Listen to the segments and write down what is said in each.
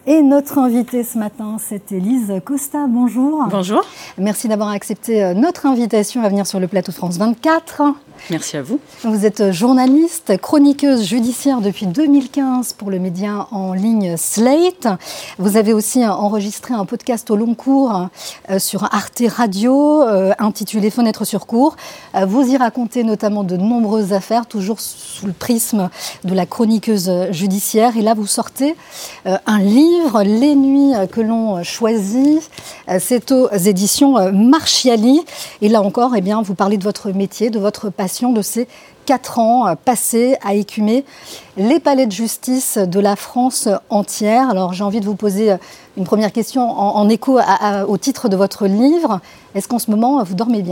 Et notre invitée ce matin, c'est Élise Costa. Bonjour. Bonjour. Merci d'avoir accepté notre invitation à venir sur le plateau de France 24. Merci à vous. Vous êtes journaliste, chroniqueuse judiciaire depuis 2015 pour le média en ligne Slate. Vous avez aussi enregistré un podcast au long cours sur Arte Radio intitulé Fenêtre sur cour. Vous y racontez notamment de nombreuses affaires, toujours sous le prisme de la chroniqueuse judiciaire. Et là, vous sortez un livre, Les nuits que l'on choisit. C'est aux éditions Marchiali. Et là encore, eh bien, vous parlez de votre métier, de votre passion, de ces 4 ans passés à écumer les palais de justice de la France entière. Alors j'ai envie de vous poser une première question en écho au titre de votre livre. Est-ce qu'en ce moment vous dormez bien ?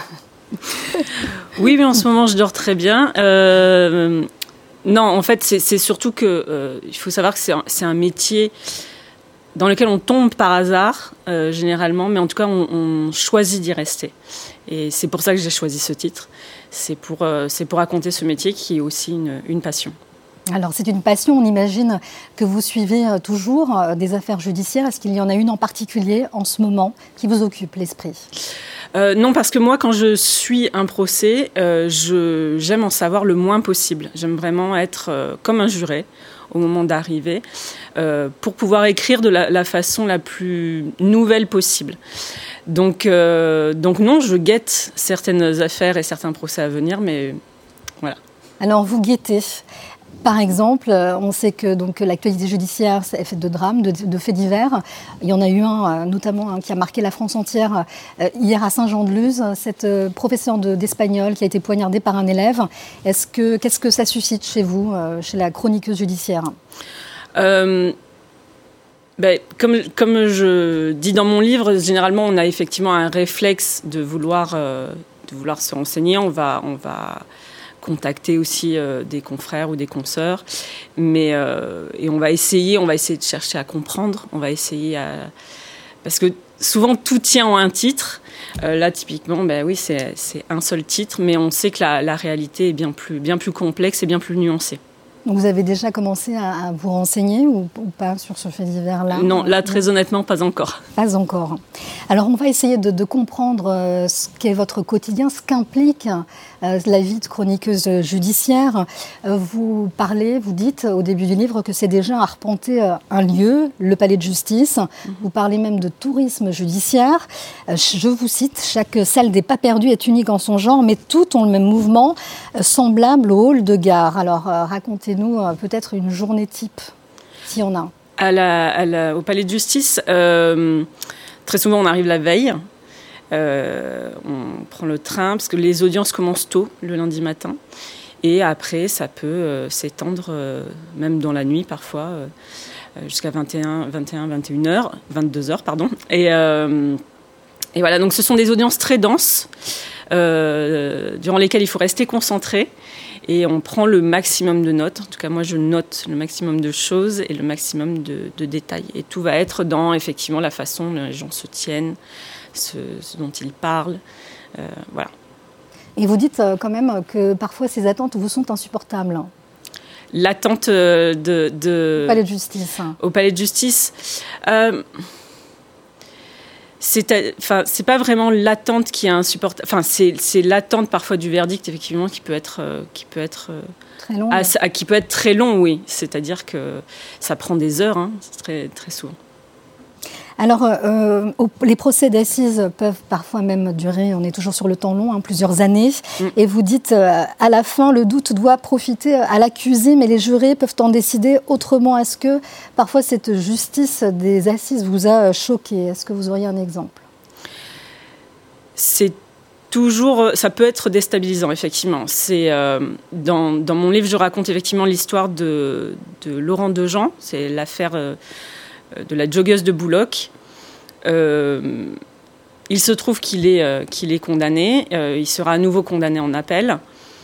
Oui, mais en ce moment je dors très bien. Non, en fait c'est surtout que il faut savoir que c'est un métier dans lequel on tombe par hasard, généralement, mais en tout cas on choisit d'y rester. Et c'est pour ça que j'ai choisi ce titre. C'est pour raconter ce métier qui est aussi une passion. Alors c'est une passion, on imagine que vous suivez toujours des affaires judiciaires. Est-ce qu'il y en a une en particulier en ce moment qui vous occupe l'esprit ? Non, parce que moi, quand je suis un procès, j'aime en savoir le moins possible. J'aime vraiment être comme un juré au moment d'arriver, pour pouvoir écrire de la façon la plus nouvelle possible. Donc non, je guette certaines affaires et certains procès à venir, mais voilà. Alors vous guettez. Par exemple, on sait que donc, l'actualité judiciaire est faite de drames, de faits divers. Il y en a eu un, notamment un qui a marqué la France entière hier à Saint-Jean-de-Luz, cette professeure d'espagnol qui a été poignardée par un élève. Qu'est-ce que ça suscite chez vous, chez la chroniqueuse judiciaire ? Comme je dis dans mon livre, généralement on a effectivement un réflexe de vouloir se renseigner. On va contacter aussi des confrères ou des consoeurs, et on va essayer de chercher à comprendre. Parce que souvent tout tient en un titre. Là typiquement, oui, c'est un seul titre, mais on sait que la réalité est bien plus complexe et bien plus nuancée. Donc vous avez déjà commencé à vous renseigner ou pas sur ce fait divers-là ? Non, là très honnêtement, pas encore. Pas encore. Alors on va essayer de comprendre ce qu'est votre quotidien, ce qu'implique la vie de chroniqueuse judiciaire. Vous dites au début du livre que c'est déjà arpenter un lieu, le palais de justice. Vous parlez même de tourisme judiciaire. Je vous cite, chaque salle des pas perdus est unique en son genre, mais toutes ont le même mouvement, semblable au hall de gare. Alors racontez-nous peut-être une journée type, s'il y en a. Au palais de justice, très souvent on arrive la veille. On prend le train parce que les audiences commencent tôt le lundi matin et après ça peut s'étendre même dans la nuit parfois jusqu'à 22h pardon et voilà, donc ce sont des audiences très denses durant lesquelles il faut rester concentré et on prend le maximum de notes. En tout cas moi je note le maximum de choses et le maximum de détails et tout va être dans effectivement la façon dont les gens se tiennent, ce dont ils parlent, voilà. Et vous dites quand même que parfois ces attentes vous sont insupportables. L'attente au palais de justice. Au palais de justice, c'est pas vraiment l'attente qui est insupportable. Enfin, c'est l'attente parfois du verdict effectivement qui peut être très long. Qui peut être très long, oui. C'est-à-dire que ça prend des heures, c'est très très souvent. Alors, les procès d'assises peuvent parfois même durer, on est toujours sur le temps long, plusieurs années. Et vous dites, à la fin, le doute doit profiter à l'accusé, mais les jurés peuvent en décider autrement. Est-ce que parfois cette justice des assises vous a choqué ? Est-ce que vous auriez un exemple ? Ça peut être déstabilisant, effectivement. Dans mon livre, je raconte effectivement l'histoire de Laurent Dejean. C'est l'affaire de la joggeuse de Bouloc. Il se trouve qu'il est condamné. Il sera à nouveau condamné en appel.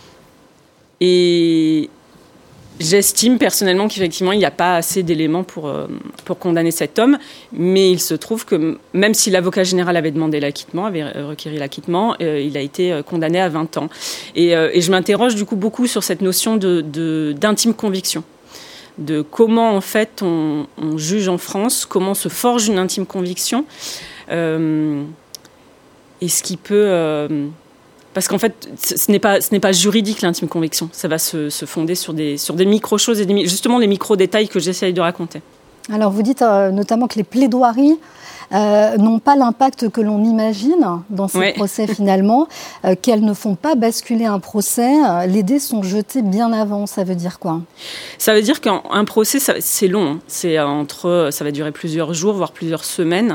Et j'estime personnellement qu'effectivement, il n'y a pas assez d'éléments pour condamner cet homme. Mais il se trouve que même si l'avocat général avait demandé l'acquittement, avait requéri l'acquittement, il a été condamné à 20 ans. Et je m'interroge du coup beaucoup sur cette notion d'intime conviction. de comment en fait on juge en France, comment se forge une intime conviction, et ce qui peut... parce qu'en fait, ce n'est pas juridique l'intime conviction, ça va se fonder sur des micro-choses, et justement les micro-détails que j'essaye de raconter. Alors vous dites notamment que les plaidoiries n'ont pas l'impact que l'on imagine dans ces procès finalement, qu'elles ne font pas basculer un procès. Les dés sont jetés bien avant, ça veut dire quoi ? Ça veut dire qu'un procès, c'est long. Ça va durer plusieurs jours, voire plusieurs semaines.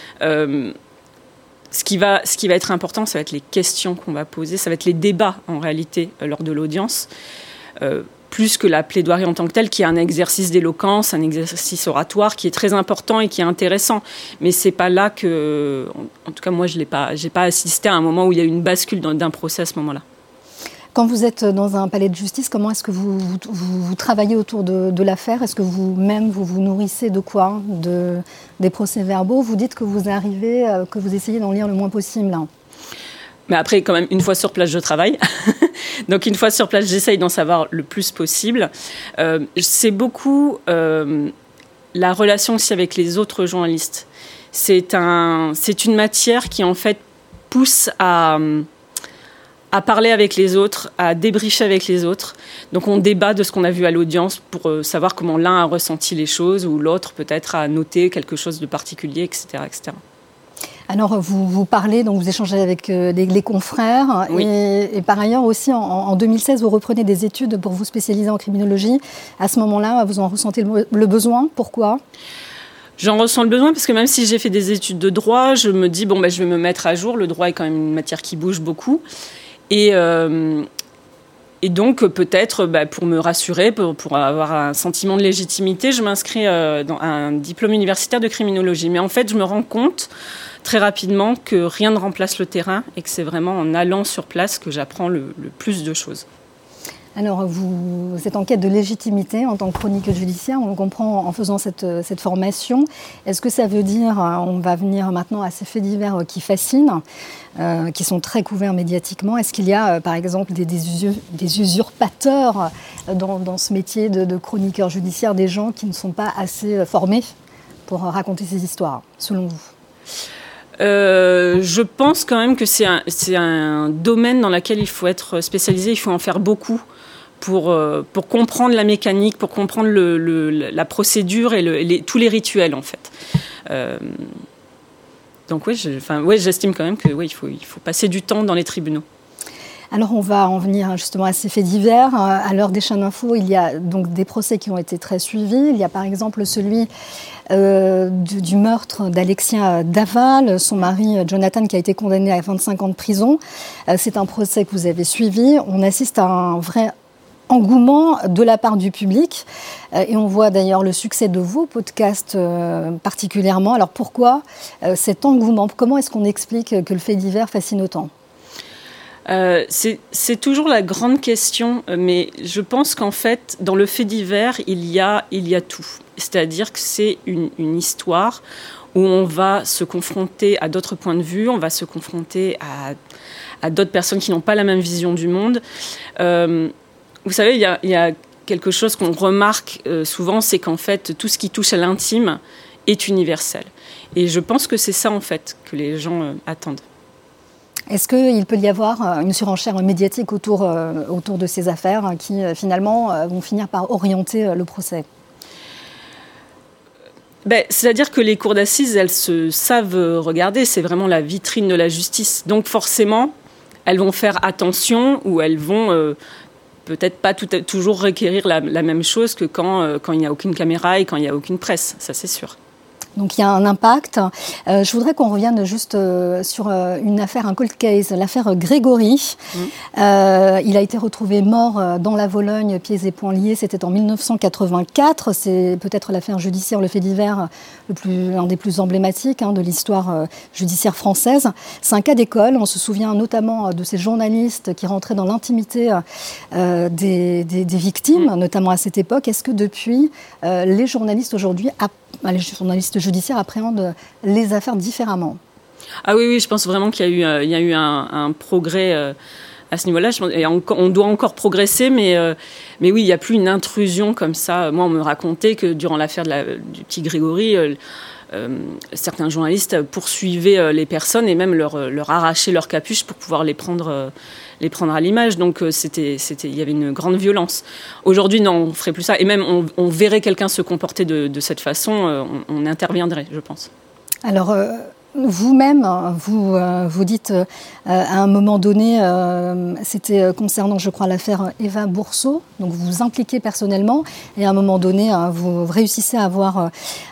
Ce qui va être important, ça va être les questions qu'on va poser, ça va être les débats en réalité lors de l'audience. Plus que la plaidoirie en tant que telle, qui est un exercice d'éloquence, un exercice oratoire qui est très important et qui est intéressant. Mais c'est pas là que, en tout cas moi, j'ai pas assisté à un moment où il y a eu une bascule d'un procès à ce moment-là. Quand vous êtes dans un palais de justice, comment est-ce que vous travaillez autour de l'affaire ? Est-ce que vous-même vous nourrissez de quoi ? Des procès-verbaux ? Vous dites que vous arrivez, que vous essayez d'en lire le moins possible. Mais après, quand même, une fois sur place, je travaille. Donc, une fois sur place, j'essaye d'en savoir le plus possible. C'est beaucoup la relation aussi avec les autres journalistes. C'est une matière qui, en fait, pousse à parler avec les autres, à débriefer avec les autres. Donc, on débat de ce qu'on a vu à l'audience pour savoir comment l'un a ressenti les choses ou l'autre, peut-être, a noté quelque chose de particulier, etc., etc. Alors, vous parlez, donc vous échangez avec les confrères. Oui. Et par ailleurs aussi, en 2016, vous reprenez des études pour vous spécialiser en criminologie. À ce moment-là, vous en ressentez le besoin. Pourquoi ? J'en ressens le besoin parce que même si j'ai fait des études de droit, je me dis, je vais me mettre à jour. Le droit est quand même une matière qui bouge beaucoup. Et donc, peut-être, pour me rassurer, pour avoir un sentiment de légitimité, je m'inscris dans un diplôme universitaire de criminologie. Mais en fait, je me rends compte très rapidement que rien ne remplace le terrain et que c'est vraiment en allant sur place que j'apprends le plus de choses. Alors, vous êtes en quête de légitimité en tant que chroniqueuse judiciaire, on le comprend en faisant cette formation. Est-ce que ça veut dire, on va venir maintenant à ces faits divers qui fascinent, qui sont très couverts médiatiquement. Est-ce qu'il y a, par exemple, des usurpateurs dans ce métier de chroniqueur judiciaire, des gens qui ne sont pas assez formés pour raconter ces histoires, selon vous ? Je pense quand même que c'est un domaine dans lequel il faut être spécialisé, il faut en faire beaucoup pour comprendre la mécanique, pour comprendre la procédure et tous les rituels en fait. Donc j'estime quand même que il faut passer du temps dans les tribunaux. Alors on va en venir justement à ces faits divers. À l'heure des chaînes d'infos, il y a donc des procès qui ont été très suivis. Il y a par exemple celui du meurtre d'Alexia Daval, son mari Jonathan qui a été condamné à 25 ans de prison. C'est un procès que vous avez suivi. On assiste à un vrai engouement de la part du public et on voit d'ailleurs le succès de vos podcasts particulièrement. Alors pourquoi cet engouement ? Comment est-ce qu'on explique que le fait divers fascine autant ? C'est toujours la grande question, mais je pense qu'en fait, dans le fait divers, il y a tout. C'est-à-dire que c'est une histoire où on va se confronter à d'autres points de vue, on va se confronter à d'autres personnes qui n'ont pas la même vision du monde. Vous savez, il y a quelque chose qu'on remarque souvent, c'est qu'en fait, tout ce qui touche à l'intime est universel. Et je pense que c'est ça, en fait, que les gens attendent. Est-ce qu'il peut y avoir une surenchère médiatique autour de ces affaires qui, finalement, vont finir par orienter le procès ? C'est-à-dire que les cours d'assises, elles se savent regarder. C'est vraiment la vitrine de la justice. Donc, forcément, elles vont faire attention ou elles vont peut-être pas toujours requérir la même chose que quand il n'y a aucune caméra et quand il n'y a aucune presse. Ça, c'est sûr. Donc il y a un impact. Je voudrais qu'on revienne juste sur une affaire, un cold case, l'affaire Grégory. Il a été retrouvé mort dans la Vologne, pieds et poings liés. C'était en 1984. C'est peut-être l'affaire judiciaire, le fait divers, un des plus emblématiques de l'histoire judiciaire française. C'est un cas d'école. On se souvient notamment de ces journalistes qui rentraient dans l'intimité des victimes, notamment à cette époque. Est-ce que depuis, les journalistes aujourd'hui, les journalistes judiciaires appréhendent les affaires différemment ? Ah oui, je pense vraiment qu'il y a eu un progrès à ce niveau-là. Et on doit encore progresser, mais oui, il n'y a plus une intrusion comme ça. Moi, on me racontait que durant l'affaire du petit Grégory, certains journalistes poursuivaient les personnes et même leur arrachaient leur capuche pour pouvoir les prendre à l'image. Donc il y avait une grande violence. Aujourd'hui, non, on ferait plus ça. Et même on verrait quelqu'un se comporter de cette façon, on interviendrait, je pense. Alors, vous-même, vous dites à un moment donné, c'était concernant, je crois, l'affaire Eva Bourseau, donc vous vous impliquez personnellement, et à un moment donné, vous réussissez à avoir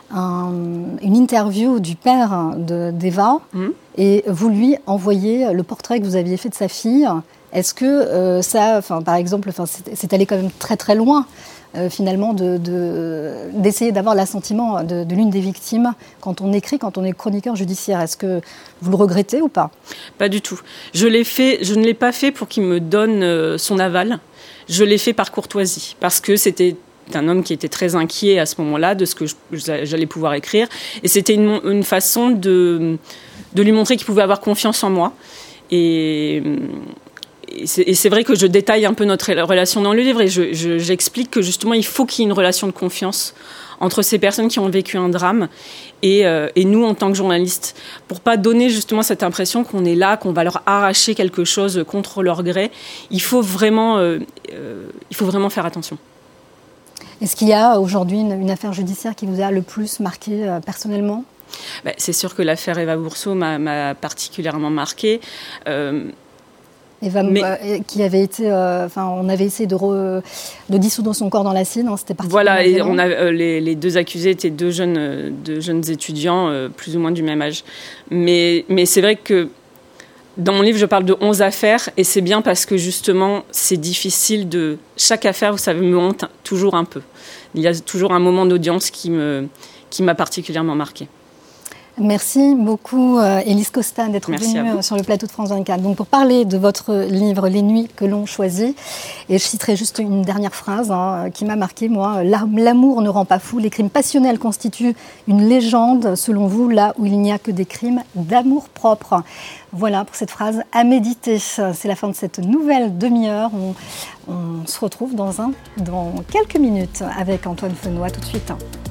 une interview du père d'Eva, et vous lui envoyez le portrait que vous aviez fait de sa fille. Est-ce que par exemple, c'est allé quand même très très loin finalement d'essayer d'avoir l'assentiment de l'une des victimes quand on écrit, quand on est chroniqueur judiciaire. Est-ce que vous le regrettez ou pas ? Pas du tout. Je ne l'ai pas fait pour qu'il me donne son aval. Je l'ai fait par courtoisie, parce que c'était un homme qui était très inquiet à ce moment-là de ce que j'allais pouvoir écrire. Et c'était une façon de lui montrer qu'il pouvait avoir confiance en moi. Et c'est vrai que je détaille un peu notre relation dans le livre et j'explique que justement il faut qu'il y ait une relation de confiance entre ces personnes qui ont vécu un drame et nous en tant que journalistes, pour pas donner justement cette impression qu'on est là, qu'on va leur arracher quelque chose contre leur gré. Il faut vraiment faire attention. Est-ce qu'il y a aujourd'hui une affaire judiciaire qui vous a le plus marqué personnellement ? C'est sûr que l'affaire Eva Bourseau m'a particulièrement marquée. Eva, qui avait été, on avait essayé de dissoudre son corps dans l'acide, c'était particulièrement violent. Voilà, et les deux accusés étaient deux jeunes étudiants, plus ou moins du même âge. Mais c'est vrai que dans mon livre, je parle de 11 affaires, et c'est bien parce que justement, c'est difficile chaque affaire, vous savez, me hante toujours un peu. Il y a toujours un moment d'audience qui m'a particulièrement marquée. Merci beaucoup, Élise Costa, d'être venue sur le plateau de France 24. Donc, pour parler de votre livre « Les nuits que l'on choisit », et je citerai juste une dernière phrase qui m'a marquée, moi. « L'amour ne rend pas fou. Les crimes passionnels constituent une légende, selon vous, là où il n'y a que des crimes d'amour-propre. » Voilà pour cette phrase à méditer. C'est la fin de cette nouvelle demi-heure. On se retrouve dans quelques minutes avec Antoine Fenoy tout de suite.